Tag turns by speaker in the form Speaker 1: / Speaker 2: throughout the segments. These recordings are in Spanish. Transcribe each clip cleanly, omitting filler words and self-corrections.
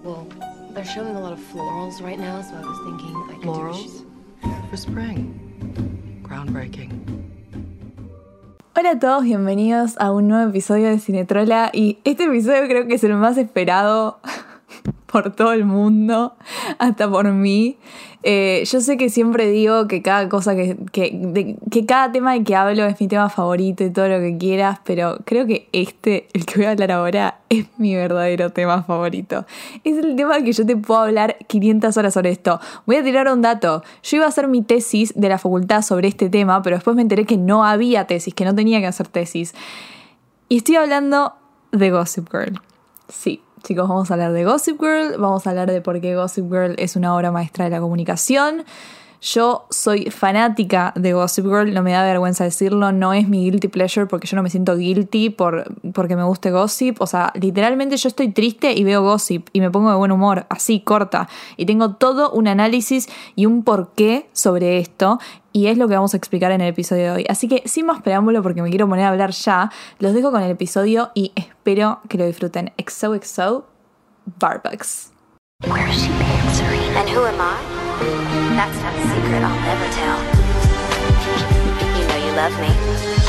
Speaker 1: Well, they're showing a lot of florals right now, so I was thinking I could
Speaker 2: Florals? For spring. Groundbreaking.
Speaker 3: Hola a todos, bienvenidos a un nuevo episodio de Cinetrola. Y este episodio creo que es el más esperado por todo el mundo, hasta por mí. Yo sé que siempre digo que cada cosa que cada tema de que hablo es mi tema favorito y todo lo que quieras, pero creo que el que voy a hablar ahora, es mi verdadero tema favorito. Es el tema que yo te puedo hablar 500 horas sobre esto. Voy a tirar un dato. Yo iba a hacer mi tesis de la facultad sobre este tema, pero después me enteré que no había tesis, que no tenía que hacer tesis. Y estoy hablando de Gossip Girl. Sí. Chicos, vamos a hablar de Gossip Girl, vamos a hablar de por qué Gossip Girl es una obra maestra de la comunicación. Yo soy fanática de Gossip Girl, no me da vergüenza decirlo, no es mi guilty pleasure porque yo no me siento guilty porque me guste Gossip. O sea, literalmente yo estoy triste y veo Gossip y me pongo de buen humor, así, corta. Y tengo todo un análisis y un porqué sobre esto. Y es lo que vamos a explicar en el episodio de hoy. Así que sin más preámbulo, porque me quiero poner a hablar ya, los dejo con el episodio y espero que lo disfruten. XOXO, Barbucks.
Speaker 4: Where is she being serene? And who am I? That's not a secret I'll never tell. You know you love me.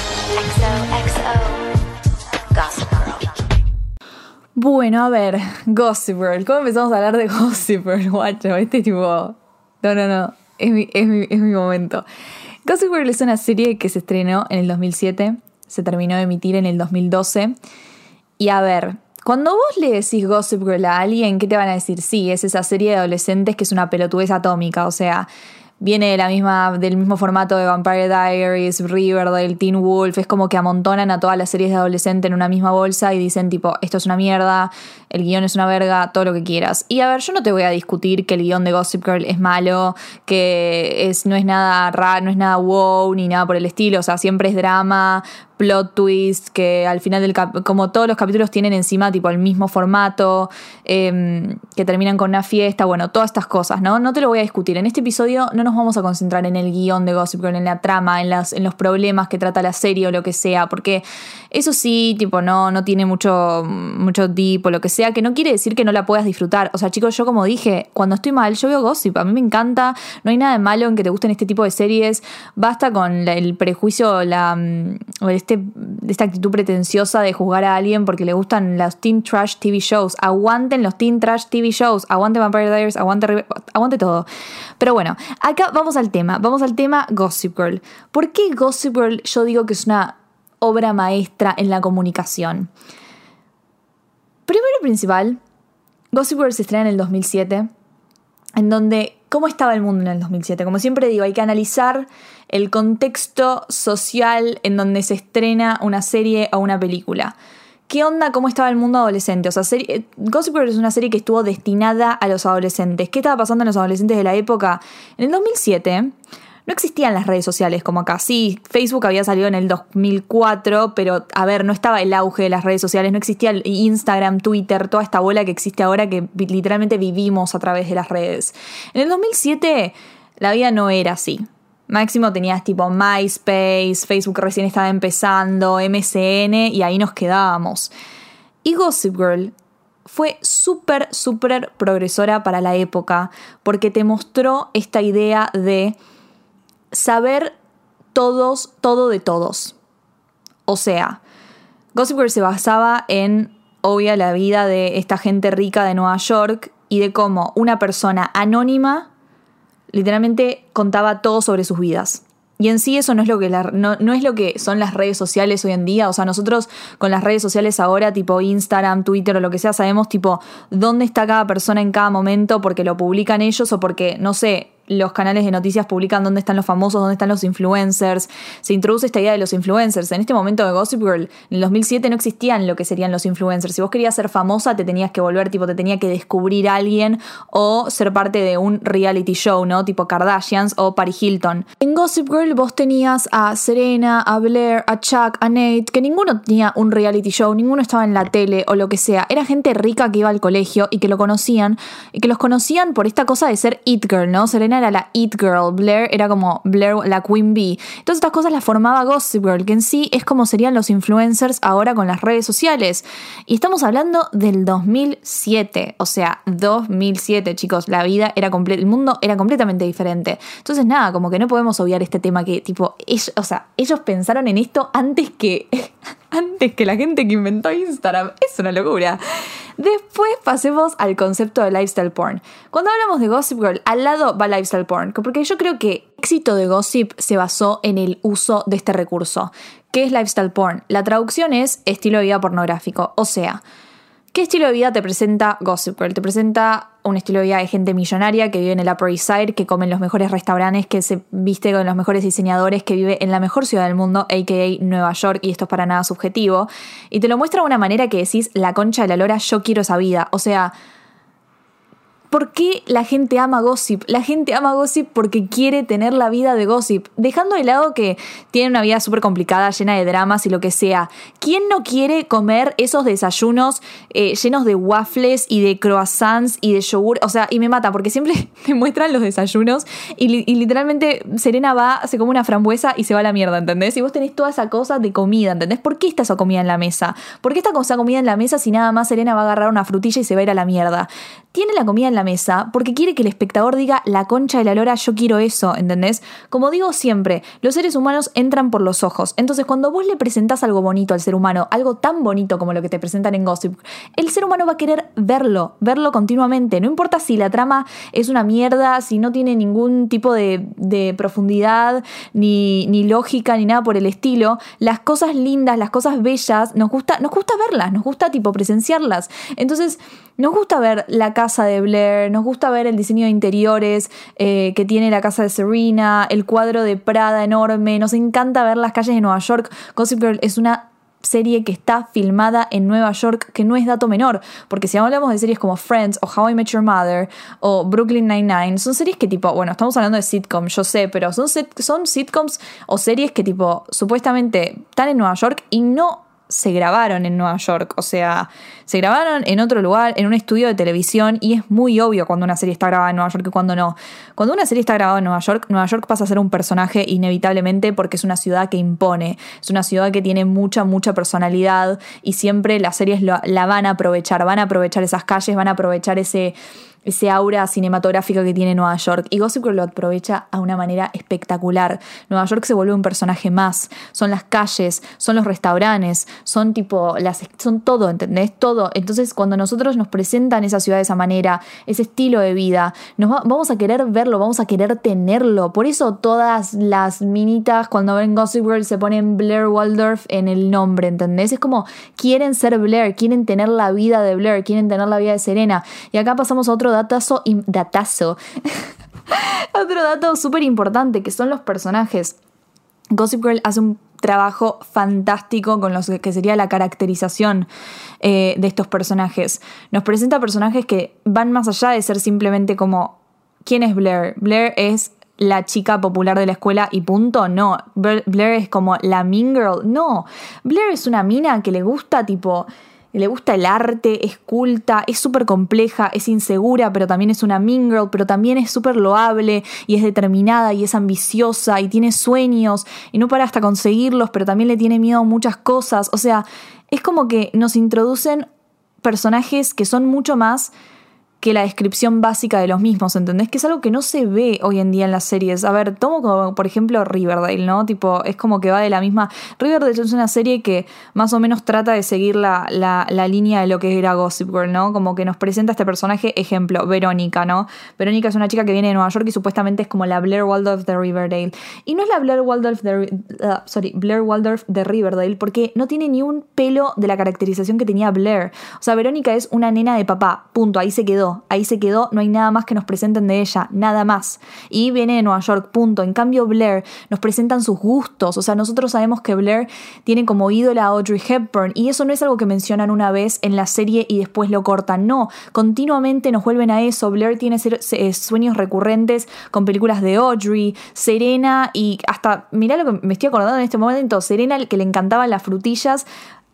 Speaker 4: XOXO, Gossip Girl.
Speaker 3: Bueno, a ver, Gossip Girl. ¿Cómo empezamos a hablar de Gossip Girl, guacho? Tipo... No. Es mi momento. Gossip Girl es una serie que se estrenó en el 2007, se terminó de emitir en el 2012. Y a ver, cuando vos le decís Gossip Girl a alguien, ¿qué te van a decir? Sí, es esa serie de adolescentes que es una pelotudez atómica, o sea, viene del mismo formato de Vampire Diaries, Riverdale, Teen Wolf. Es como que amontonan a todas las series de adolescentes en una misma bolsa y dicen tipo, esto es una mierda, el guión es una verga, todo lo que quieras. Y a ver, yo no te voy a discutir que el guión de Gossip Girl es malo, que no es nada raro, no es nada wow, ni nada por el estilo. O sea, siempre es drama, plot twist, que al final como todos los capítulos tienen encima tipo el mismo formato, que terminan con una fiesta, bueno, todas estas cosas, ¿no? No te lo voy a discutir. En este episodio no nos vamos a concentrar en el guión de Gossip Girl, en la trama, en los problemas que trata la serie o lo que sea, porque eso sí, tipo, no tiene mucho deep o lo que sea, que no quiere decir que no la puedas disfrutar. O sea, chicos, yo como dije, cuando estoy mal, yo veo Gossip, a mí me encanta, no hay nada de malo en que te gusten este tipo de series, basta con el prejuicio, esta actitud pretenciosa de juzgar a alguien porque le gustan los teen trash TV shows. Aguanten los teen trash TV shows, aguante Vampire Diaries, aguante todo. Pero bueno, acá vamos al tema Gossip Girl. ¿Por qué Gossip Girl yo digo que es una obra maestra en la comunicación? Primero y principal, Gossip Girl se estrena en el 2007, en donde, ¿cómo estaba el mundo en el 2007? Como siempre digo, hay que analizar el contexto social en donde se estrena una serie o una película. ¿Qué onda? ¿Cómo estaba el mundo adolescente? O sea, Gossip Girl es una serie que estuvo destinada a los adolescentes. ¿Qué estaba pasando en los adolescentes de la época? En el 2007... no existían las redes sociales como acá. Sí, Facebook había salido en el 2004, pero a ver, no estaba el auge de las redes sociales, no existía el Instagram, Twitter, toda esta bola que existe ahora que literalmente vivimos a través de las redes. En el 2007 la vida no era así. Máximo tenías tipo MySpace, Facebook recién estaba empezando, MSN y ahí nos quedábamos. Y Gossip Girl fue súper progresora para la época porque te mostró esta idea de saber todo de todos. O sea, Gossip Girl se basaba en, obvia, la vida de esta gente rica de Nueva York y de cómo una persona anónima literalmente contaba todo sobre sus vidas. Y en sí eso no es lo que no es lo que son las redes sociales hoy en día. O sea, nosotros con las redes sociales ahora, tipo Instagram, Twitter o lo que sea, sabemos tipo dónde está cada persona en cada momento porque lo publican ellos o porque, no sé, los canales de noticias publican dónde están los famosos, dónde están los influencers. Se introduce esta idea de los influencers. En este momento de Gossip Girl, en el 2007 no existían lo que serían los influencers. Si vos querías ser famosa, te tenías que volver, tipo, te tenía que descubrir a alguien o ser parte de un reality show, ¿no? Tipo Kardashians o Paris Hilton. En Gossip Girl vos tenías a Serena, a Blair, a Chuck, a Nate, que ninguno tenía un reality show, ninguno estaba en la tele o lo que sea. Era gente rica que iba al colegio y que lo conocían, y que los conocían por esta cosa de ser it girl, ¿no? Serena Serena era la It Girl, Blair era como Blair, la Queen Bee. Todas estas cosas las formaba Gossip Girl, que en sí es como serían los influencers ahora con las redes sociales. Y estamos hablando del 2007, o sea, 2007, chicos, la vida era el mundo era completamente diferente. Entonces nada, como que no podemos obviar este tema que tipo, ellos pensaron en esto antes que la gente que inventó Instagram. Es una locura. Después pasemos al concepto de lifestyle porn. Cuando hablamos de Gossip Girl, al lado va lifestyle porn, porque yo creo que el éxito de Gossip se basó en el uso de este recurso. ¿Qué es lifestyle porn? La traducción es estilo de vida pornográfico. O sea, ¿qué estilo de vida te presenta Gossip Girl? Te presenta un estilo de vida de gente millonaria que vive en el Upper East Side, que come en los mejores restaurantes, que se viste con los mejores diseñadores, que vive en la mejor ciudad del mundo, a.k.a. Nueva York, y esto es para nada subjetivo. Y te lo muestra de una manera que decís, la concha de la lora, yo quiero esa vida. O sea, ¿por qué la gente ama Gossip? La gente ama Gossip porque quiere tener la vida de Gossip. Dejando de lado que tiene una vida súper complicada, llena de dramas y lo que sea. ¿Quién no quiere comer esos desayunos llenos de waffles y de croissants y de yogur? O sea, y me mata porque siempre te muestran los desayunos y literalmente Serena va, se come una frambuesa y se va a la mierda, ¿entendés? Y vos tenés toda esa cosa de comida, ¿entendés? ¿Por qué está esa comida en la mesa? ¿Por qué está esa comida en la mesa si nada más Serena va a agarrar una frutilla y se va a ir a la mierda? Tiene la comida en la mesa porque quiere que el espectador diga, la concha de la lora, yo quiero eso, ¿entendés? Como digo siempre, los seres humanos entran por los ojos. Entonces, cuando vos le presentás algo bonito al ser humano, algo tan bonito como lo que te presentan en Gossip, el ser humano va a querer verlo continuamente. No importa si la trama es una mierda, si no tiene ningún tipo de profundidad, ni lógica, ni nada por el estilo. Las cosas lindas, las cosas bellas, nos gusta verlas, nos gusta tipo presenciarlas. Entonces, nos gusta ver la casa de Blair, nos gusta ver el diseño de interiores que tiene la casa de Serena, el cuadro de Prada enorme, nos encanta ver las calles de Nueva York. Gossip Girl es una serie que está filmada en Nueva York, que no es dato menor, porque si hablamos de series como Friends o How I Met Your Mother o Brooklyn Nine-Nine, son series que tipo, bueno, estamos hablando de sitcoms, yo sé, pero son sitcoms o series que tipo supuestamente están en Nueva York y no se grabaron en Nueva York, o sea, se grabaron en otro lugar, en un estudio de televisión, y es muy obvio cuando una serie está grabada en Nueva York y cuando no. Cuando una serie está grabada en Nueva York pasa a ser un personaje inevitablemente porque es una ciudad que impone, es una ciudad que tiene mucha personalidad y siempre las series la van a aprovechar esas calles, van a aprovechar ese aura cinematográfica que tiene Nueva York. Y Gossip Girl lo aprovecha a una manera espectacular. Nueva York se vuelve un personaje más. Son las calles, son los restaurantes, son todo, ¿entendés? Todo. Entonces, cuando nosotros nos presentan esa ciudad de esa manera, ese estilo de vida, vamos a querer verlo, vamos a querer tenerlo. Por eso todas las minitas cuando ven Gossip Girl se ponen Blair Waldorf en el nombre, ¿entendés? Es como, quieren ser Blair, quieren tener la vida de Blair, quieren tener la vida de Serena. Y acá pasamos a otro datazo. Otro dato súper importante, que son los personajes. Gossip Girl hace un trabajo fantástico con los que sería la caracterización de estos personajes. Nos presenta personajes que van más allá de ser simplemente como, ¿quién es Blair? Blair es la chica popular de la escuela y punto. No, Blair es como la mean girl. No, Blair es una mina que le gusta el arte, es culta, es súper compleja, es insegura, pero también es una mean girl, pero también es súper loable y es determinada y es ambiciosa y tiene sueños y no para hasta conseguirlos, pero también le tiene miedo a muchas cosas. O sea, es como que nos introducen personajes que son mucho más que la descripción básica de los mismos, ¿entendés? Que es algo que no se ve hoy en día en las series. A ver, tomo como, por ejemplo, Riverdale, ¿no? Tipo, es como que va de la misma... Riverdale es una serie que más o menos trata de seguir la línea de lo que era Gossip Girl, ¿no? Como que nos presenta este personaje, ejemplo, Verónica, ¿no? Verónica es una chica que viene de Nueva York y supuestamente es como la Blair Waldorf de Riverdale. Y no es la Blair Waldorf de Riverdale porque no tiene ni un pelo de la caracterización que tenía Blair. O sea, Verónica es una nena de papá, punto, ahí se quedó, no hay nada más que nos presenten de ella, nada más. Y viene de Nueva York, punto. En cambio, Blair nos presentan sus gustos, o sea, nosotros sabemos que Blair tiene como ídola a Audrey Hepburn, y eso no es algo que mencionan una vez en la serie y después lo cortan, no, continuamente nos vuelven a eso. Blair tiene sueños recurrentes con películas de Audrey, Serena, y hasta, mirá lo que me estoy acordando en este momento, Serena, que le encantaban las frutillas,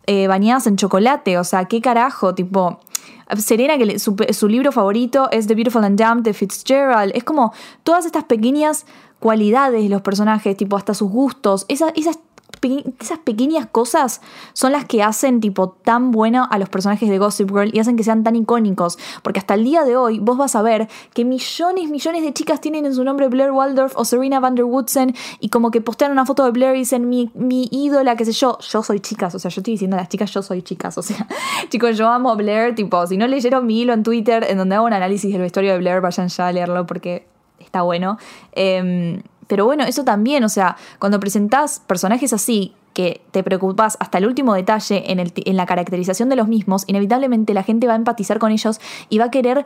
Speaker 3: bañadas en chocolate, o sea, ¿qué carajo? Tipo, Serena, que su libro favorito es The Beautiful and Damned de Fitzgerald. Es como todas estas pequeñas cualidades de los personajes, tipo hasta sus gustos, esas pequeñas cosas son las que hacen tipo tan bueno a los personajes de Gossip Girl y hacen que sean tan icónicos, porque hasta el día de hoy vos vas a ver que millones de chicas tienen en su nombre Blair Waldorf o Serena van der Woodsen y como que postean una foto de Blair y dicen mi ídola, qué sé yo soy chicas, o sea, yo estoy diciendo a las chicas yo soy chicas, o sea, chicos, yo amo a Blair, tipo, si no leyeron mi hilo en Twitter en donde hago un análisis del vestuario de Blair, vayan ya a leerlo porque está bueno. Pero bueno, eso también, o sea, cuando presentás personajes así, que te preocupás hasta el último detalle en la caracterización de los mismos, inevitablemente la gente va a empatizar con ellos y va a querer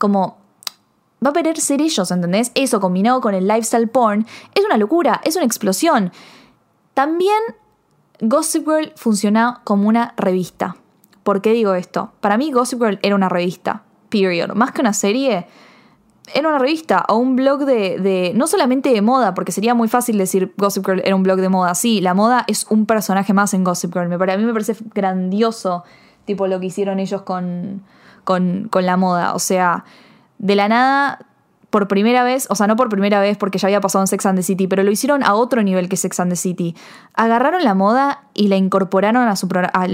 Speaker 3: ser ellos, ¿entendés? Eso combinado con el lifestyle porn es una locura, es una explosión. También Gossip Girl funciona como una revista. ¿Por qué digo esto? Para mí Gossip Girl era una revista, period. Más que una serie, era una revista o un blog de no solamente de moda, porque sería muy fácil decir Gossip Girl era un blog de moda. Sí, la moda es un personaje más en Gossip Girl. A mí me parece grandioso tipo lo que hicieron ellos con la moda. O sea, de la nada, por primera vez, o sea, no por primera vez porque ya había pasado en Sex and the City, pero lo hicieron a otro nivel que Sex and the City. Agarraron la moda y la incorporaron a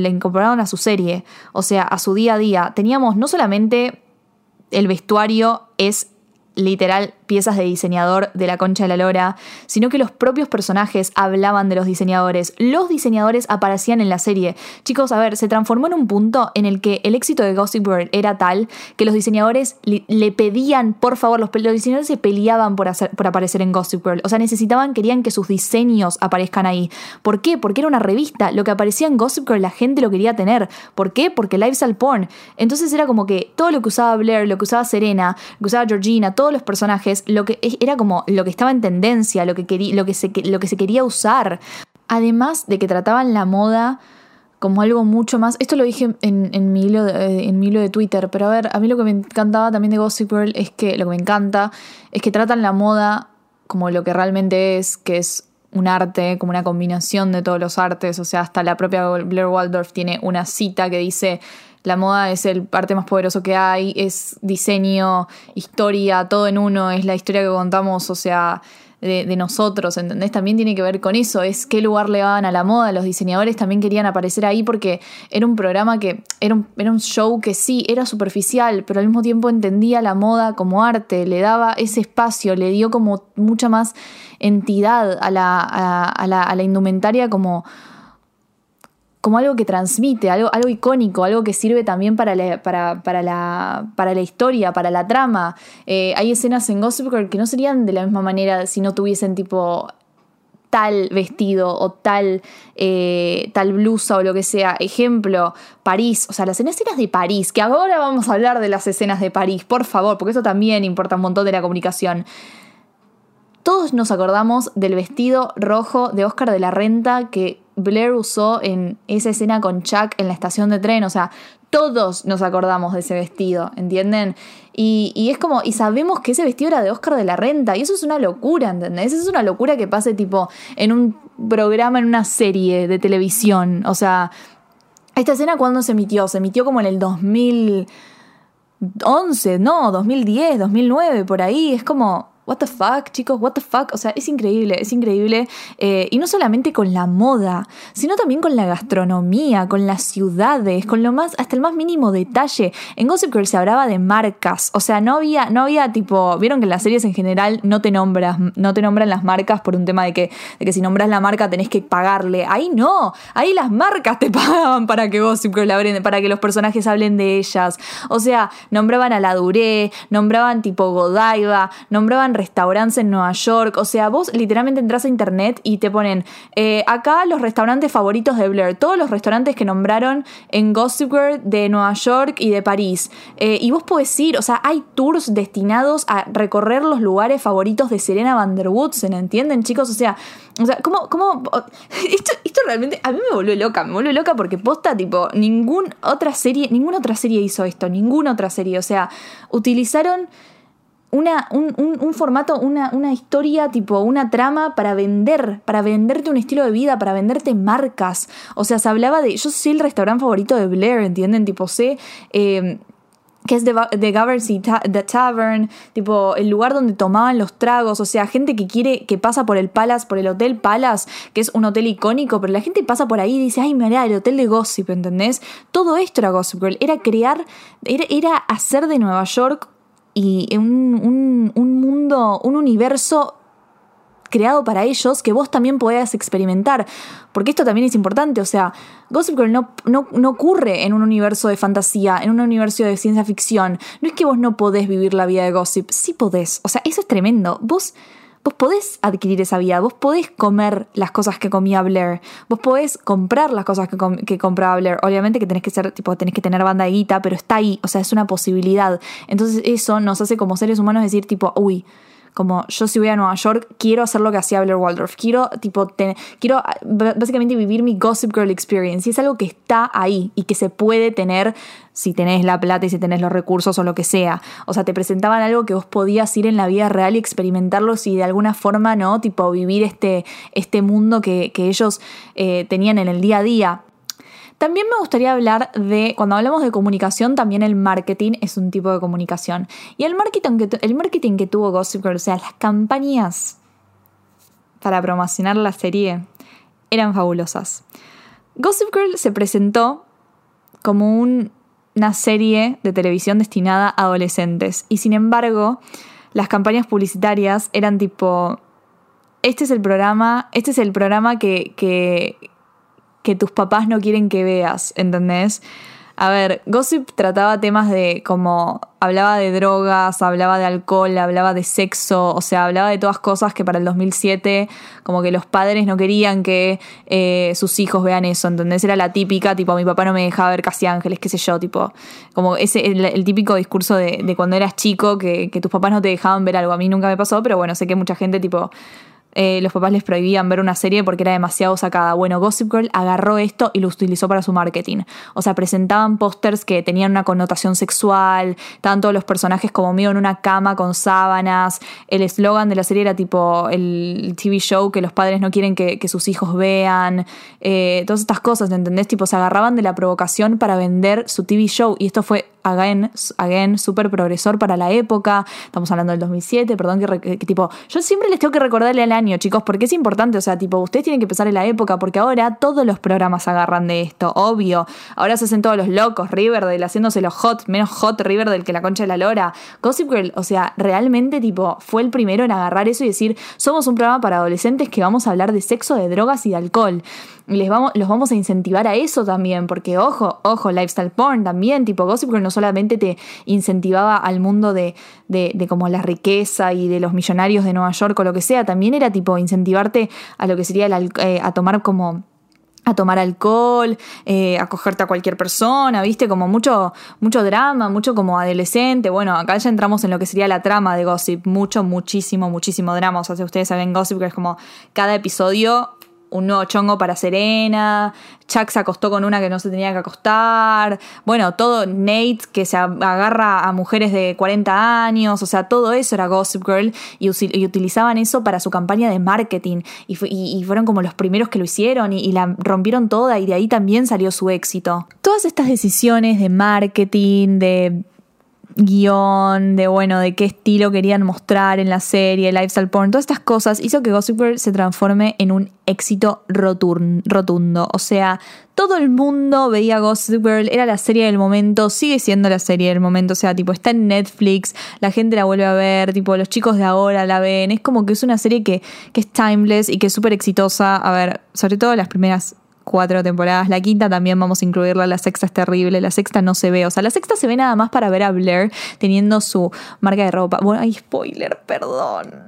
Speaker 3: su serie, o sea, a su día a día. Teníamos no solamente el vestuario es literal piezas de diseñador de la concha de la lora, sino que los propios personajes hablaban de los diseñadores. Los diseñadores aparecían en la serie. Chicos, a ver, se transformó en un punto en el que el éxito de Gossip Girl era tal que los diseñadores le pedían, por favor, los diseñadores se peleaban por aparecer en Gossip Girl. O sea, querían que sus diseños aparezcan ahí. ¿Por qué? Porque era una revista. Lo que aparecía en Gossip Girl la gente lo quería tener. ¿Por qué? Porque lifestyle porn. Entonces era como que todo lo que usaba Blair, lo que usaba Serena, lo que usaba Georgina, todos los personajes, lo que era como lo que estaba en tendencia, lo que se quería usar. Además de que trataban la moda como algo mucho más. Esto lo dije en mi hilo de Twitter, pero a ver, a mí lo que me encantaba también de Gossip Girl es que tratan la moda como lo que realmente es, que es un arte, como una combinación de todos los artes. O sea, hasta la propia Blair Waldorf tiene una cita que dice: la moda es el arte más poderoso que hay, es diseño, historia, todo en uno, es la historia que contamos, o sea, de nosotros, ¿entendés? También tiene que ver con eso, es qué lugar le daban a la moda. Los diseñadores también querían aparecer ahí porque era un programa que, era un show que sí, era superficial, pero al mismo tiempo entendía la moda como arte, le daba ese espacio, le dio como mucha más entidad a la indumentaria como algo que transmite, algo icónico, algo que sirve también para la historia, para la trama. Hay escenas en Gossip Girl que no serían de la misma manera si no tuviesen tipo tal vestido o tal blusa o lo que sea. Ejemplo, París, o sea, las escenas de París, que ahora vamos a hablar de las escenas de París, por favor, porque eso también importa un montón de la comunicación. Todos nos acordamos del vestido rojo de Oscar de la Renta que Blair usó en esa escena con Chuck en la estación de tren. O sea, todos nos acordamos de ese vestido, ¿entienden? Y es como, y sabemos que ese vestido era de Oscar de la Renta, y eso es una locura, ¿entendés? Es una locura que pase tipo en un programa, en una serie de televisión. O sea, esta escena, ¿cuándo se emitió? Se emitió como en el 2011, no, 2010, 2009, por ahí. Es como, what the fuck, chicos, what the fuck. O sea, es increíble. Y no solamente con la moda, sino también con la gastronomía, con las ciudades, con hasta el más mínimo detalle. En Gossip Girl se hablaba de marcas. O sea, no había tipo, vieron que en las series en general no te nombran las marcas por un tema de que si nombras la marca tenés que pagarle. Ahí no, ahí las marcas te pagaban para que Gossip Girl para que los personajes hablen de ellas. O sea, nombraban a La Durée, nombraban tipo Godiva, nombraban restaurantes en Nueva York. O sea, vos literalmente entras a internet y te ponen acá los restaurantes favoritos de Blair, todos los restaurantes que nombraron en Gossip Girl de Nueva York y de París, y vos podés ir, o sea, hay tours destinados a recorrer los lugares favoritos de Serena van der Woodsen, ¿entienden, chicos? O sea, ¿cómo? Esto realmente a mí me volvió loca porque posta, tipo, ninguna otra serie hizo esto, ninguna otra serie. O sea, utilizaron un formato, una historia, tipo una trama para venderte un estilo de vida, para venderte marcas. O sea, se hablaba de, yo soy el restaurante favorito de Blair, ¿entienden? Tipo, sé que es The Governsey The Tavern, tipo el lugar donde tomaban los tragos. O sea, gente que pasa por el Palace, por el Hotel Palace, que es un hotel icónico, pero la gente pasa por ahí y dice, ay, mirá, el hotel de Gossip, ¿entendés? Todo esto era Gossip Girl, era crear, era hacer de Nueva York y un mundo, un universo creado para ellos que vos también podés experimentar, porque esto también es importante. O sea, Gossip Girl no ocurre en un universo de fantasía, en un universo de ciencia ficción. No es que vos no podés vivir la vida de Gossip, sí podés. O sea, eso es tremendo. Vos podés adquirir esa vida, vos podés comer las cosas que comía Blair, vos podés comprar las cosas que compraba Blair. Obviamente que tenés que tener banda de guita, pero está ahí, o sea, es una posibilidad. Entonces eso nos hace como seres humanos decir tipo, uy, como yo si voy a Nueva York quiero hacer lo que hacía Blair Waldorf, quiero básicamente vivir mi Gossip Girl experience, y es algo que está ahí y que se puede tener si tenés la plata y si tenés los recursos o lo que sea. O sea, te presentaban algo que vos podías ir en la vida real y experimentarlo si de alguna forma, ¿no? Tipo vivir este mundo que ellos tenían en el día a día. También me gustaría hablar de, cuando hablamos de comunicación, también el marketing es un tipo de comunicación. Y el marketing que tuvo Gossip Girl, o sea, las campañas para promocionar la serie eran fabulosas. Gossip Girl se presentó como una serie de televisión destinada a adolescentes. Y sin embargo, las campañas publicitarias eran tipo, este es el programa que tus papás no quieren que veas, ¿entendés? A ver, Gossip trataba temas de como, hablaba de drogas, hablaba de alcohol, hablaba de sexo, o sea, hablaba de todas cosas que para el 2007 como que los padres no querían que sus hijos vean eso, ¿entendés? Era la típica, tipo, mi papá no me dejaba ver Casi Ángeles, qué sé yo, tipo, como el típico discurso de cuando eras chico que tus papás no te dejaban ver algo. A mí nunca me pasó, pero bueno, sé que mucha gente, tipo, los papás les prohibían ver una serie porque era demasiado sacada. Bueno, Gossip Girl agarró esto y lo utilizó para su marketing. O sea, presentaban pósters que tenían una connotación sexual, estaban todos los personajes como medio en una cama con sábanas. El eslogan de la serie era tipo el TV show que los padres no quieren que sus hijos vean. Todas estas cosas, ¿entendés? Tipo, se agarraban de la provocación para vender su TV show. Y esto fue again, súper progresor para la época. Estamos hablando del 2007, perdón, que tipo, yo siempre les tengo que recordarle al año, chicos, porque es importante. O sea, tipo, ustedes tienen que pensar en la época, porque ahora todos los programas agarran de esto, obvio. Ahora se hacen todos los locos, Riverdale, haciéndose los hot, menos hot Riverdale que la concha de la lora. Gossip Girl, o sea, realmente, tipo, fue el primero en agarrar eso y decir, somos un programa para adolescentes que vamos a hablar de sexo, de drogas y de alcohol. Los vamos a incentivar a eso también, porque ojo, lifestyle porn también, tipo, Gossip Girl no solamente te incentivaba al mundo de como la riqueza y de los millonarios de Nueva York o lo que sea, también era tipo incentivarte a lo que sería a tomar alcohol, a cogerte a cualquier persona, ¿viste? Como mucho drama, mucho como adolescente. Bueno, acá ya entramos en lo que sería la trama de Gossip, muchísimo drama. O sea, si ustedes saben Gossip, que es como cada episodio un nuevo chongo para Serena, Chuck se acostó con una que no se tenía que acostar, bueno, todo, Nate que se agarra a mujeres de 40 años, o sea, todo eso era Gossip Girl y utilizaban eso para su campaña de marketing y fueron como los primeros que lo hicieron y la rompieron toda, y de ahí también salió su éxito. Todas estas decisiones de marketing, de guión, de qué estilo querían mostrar en la serie, lifestyle porn, todas estas cosas hizo que Gossip Girl se transforme en un éxito rotundo. O sea, todo el mundo veía Gossip Girl, era la serie del momento, sigue siendo la serie del momento. O sea, tipo, está en Netflix, la gente la vuelve a ver, tipo, los chicos de ahora la ven. Es como que es una serie que es timeless y que es súper exitosa. A ver, sobre todo las primeras 4 temporadas, la quinta también vamos a incluirla, la sexta es terrible, la sexta no se ve, o sea, la sexta se ve nada más para ver a Blair teniendo su marca de ropa. Bueno, hay spoiler, perdón.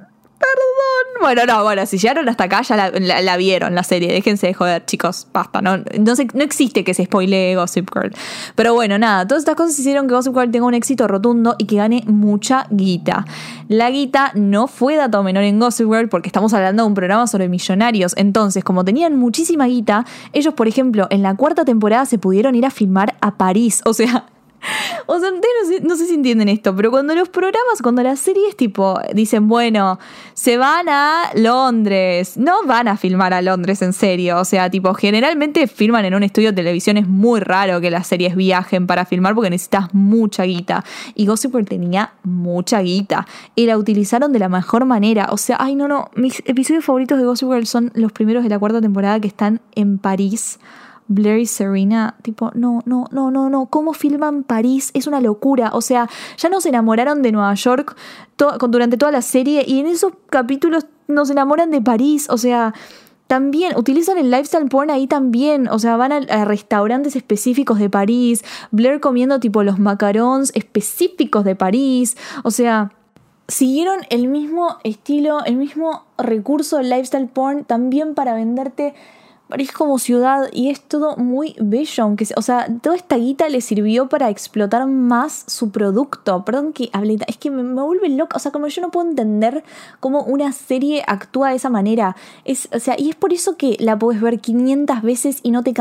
Speaker 3: Bueno, si llegaron hasta acá ya la vieron la serie, déjense de joder, chicos, basta, no existe que se spoilee Gossip Girl. Pero bueno, nada, todas estas cosas hicieron que Gossip Girl tenga un éxito rotundo y que gane mucha guita. La guita no fue dato menor en Gossip Girl porque estamos hablando de un programa sobre millonarios. Entonces, como tenían muchísima guita, ellos, por ejemplo, en la 4ª temporada se pudieron ir a filmar a París. O sea, O sea, ustedes no sé si entienden esto, pero cuando las series tipo dicen, bueno, se van a Londres, no van a filmar a Londres en serio. O sea, tipo, generalmente filman en un estudio de televisión. Es muy raro que las series viajen para filmar porque necesitas mucha guita. Y Gossip Girl tenía mucha guita. Y la utilizaron de la mejor manera. O sea, ay, no. Mis episodios favoritos de Gossip Girl son los primeros de la 4ª temporada que están en París. Blair y Serena, tipo, no. ¿Cómo filman París? Es una locura. O sea, ya nos enamoraron de Nueva York durante toda la serie y en esos capítulos nos enamoran de París. O sea, también utilizan el lifestyle porn ahí también. O sea, van a restaurantes específicos de París. Blair comiendo tipo los macarons específicos de París. O sea, siguieron el mismo estilo, el mismo recurso del lifestyle porn también para venderte París como ciudad, y es todo muy bello, aunque, o sea, toda esta guita le sirvió para explotar más su producto. Perdón que hable, es que me vuelve loca, o sea, como yo no puedo entender cómo una serie actúa de esa manera. O sea, y es por eso que la podés ver 500 veces y no te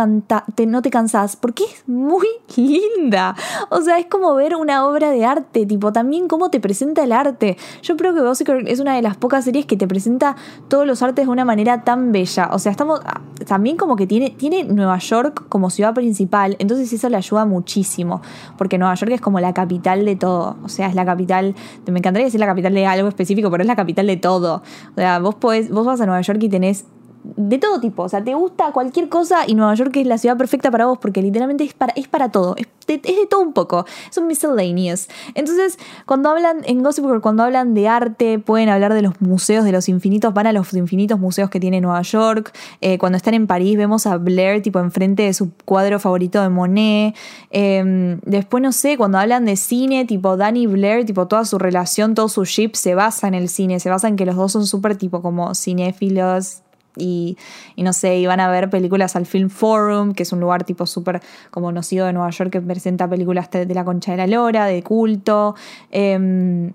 Speaker 3: cansás, porque es muy linda. O sea, es como ver una obra de arte, tipo, también cómo te presenta el arte. Yo creo que Gossip Girl es una de las pocas series que te presenta todos los artes de una manera tan bella. O sea, también como que tiene Nueva York como ciudad principal, entonces eso le ayuda muchísimo, porque Nueva York es como la capital de todo. O sea, es la capital, me encantaría decir la capital de algo específico, pero es la capital de todo. O sea, vos vas a Nueva York y tenés de todo tipo, o sea, te gusta cualquier cosa y Nueva York es la ciudad perfecta para vos, porque literalmente es para todo, es de todo un poco, son miscellaneous. Entonces, cuando hablan en Gossip Girl, cuando hablan de arte, pueden hablar de los museos de los infinitos, van a los infinitos museos que tiene Nueva York. Cuando están en París vemos a Blair tipo enfrente de su cuadro favorito de Monet. Después, no sé, cuando hablan de cine, tipo Danny y Blair, tipo toda su relación, todo su ship se basa en el cine, se basa en que los dos son súper tipo como cinéfilos. Y no sé, iban a ver películas al Film Forum, que es un lugar tipo súper como conocido de Nueva York que presenta películas de la Concha de la Lora, de culto. Después,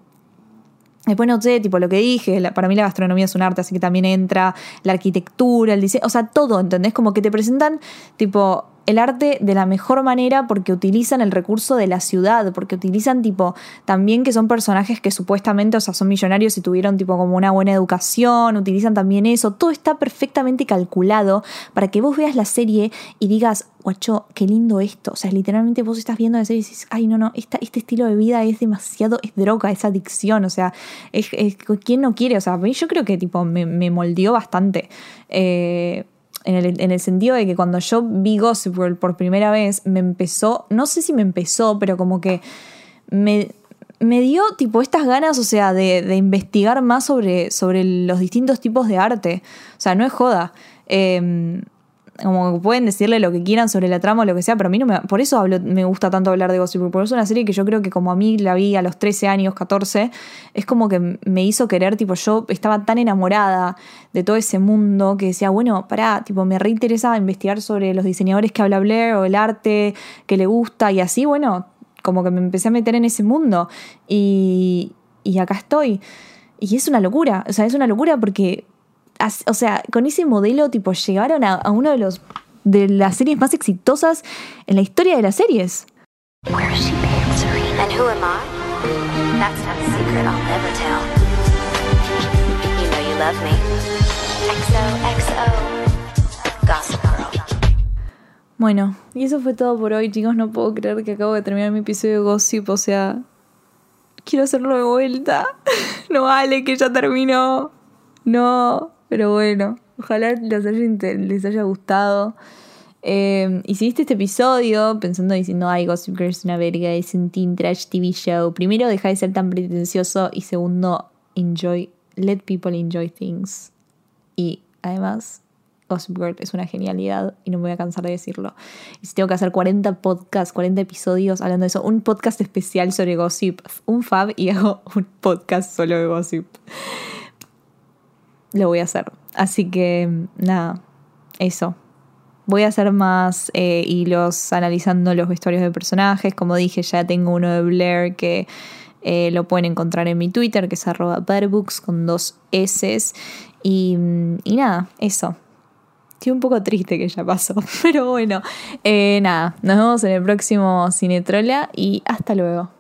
Speaker 3: no sé, tipo lo que dije, para mí la gastronomía es un arte, así que también entra la arquitectura, el diseño, o sea, todo, ¿entendés? Como que te presentan tipo el arte de la mejor manera porque utilizan el recurso de la ciudad, porque utilizan tipo también que son personajes que supuestamente, o sea, son millonarios y tuvieron tipo como una buena educación, utilizan también eso, todo está perfectamente calculado para que vos veas la serie y digas, guacho, qué lindo esto. O sea, literalmente vos estás viendo la serie y dices, ay, no, este estilo de vida es demasiado, es droga, es adicción, o sea, ¿quién no quiere? O sea, yo creo que tipo me moldeó bastante. En el sentido de que cuando yo vi Gossip Girl por primera vez, no sé si me empezó, pero como que me dio tipo estas ganas, o sea, de investigar más sobre los distintos tipos de arte. O sea, no es joda. Como que pueden decirle lo que quieran sobre la trama o lo que sea, pero a mí por eso me gusta tanto hablar de Gossip Girl, porque es una serie que yo creo que como a mí la vi a los 13 años, 14, es como que me hizo querer, tipo, yo estaba tan enamorada de todo ese mundo que decía, bueno, pará, tipo, me reinteresa investigar sobre los diseñadores que habla Blair o el arte que le gusta, y así, bueno, como que me empecé a meter en ese mundo y acá estoy. Y es una locura, o sea, es una locura porque... O sea, con ese modelo tipo llegaron a uno de las series más exitosas en la historia de las series.
Speaker 4: Where is she, Serena? And who am I? That's not a secret I'll never tell. You know you love me. XOXO. Gossip Girl.
Speaker 3: Bueno, y eso fue todo por hoy, chicos. No puedo creer que acabo de terminar mi episodio de Gossip. O sea, quiero hacerlo de vuelta. No vale que ya terminó. No. Pero bueno, ojalá les haya gustado. Y si viste este episodio diciendo, ay, Gossip Girl es una verga, es un teen trash TV show, primero, deja de ser tan pretencioso, y segundo, let people enjoy things. Y además, Gossip Girl es una genialidad y no me voy a cansar de decirlo. Y si tengo que hacer 40 podcasts, 40 episodios hablando de eso, un podcast especial sobre Gossip, un fab, y hago un podcast solo de Gossip, lo voy a hacer. Así que nada, eso. Voy a hacer más hilos analizando los vestuarios de personajes. Como dije, ya tengo uno de Blair que lo pueden encontrar en mi Twitter, que es @bearbooks con 2 S. Y nada, eso. Estoy un poco triste que ya pasó, pero bueno, nada, nos vemos en el próximo Cinetrola y hasta luego.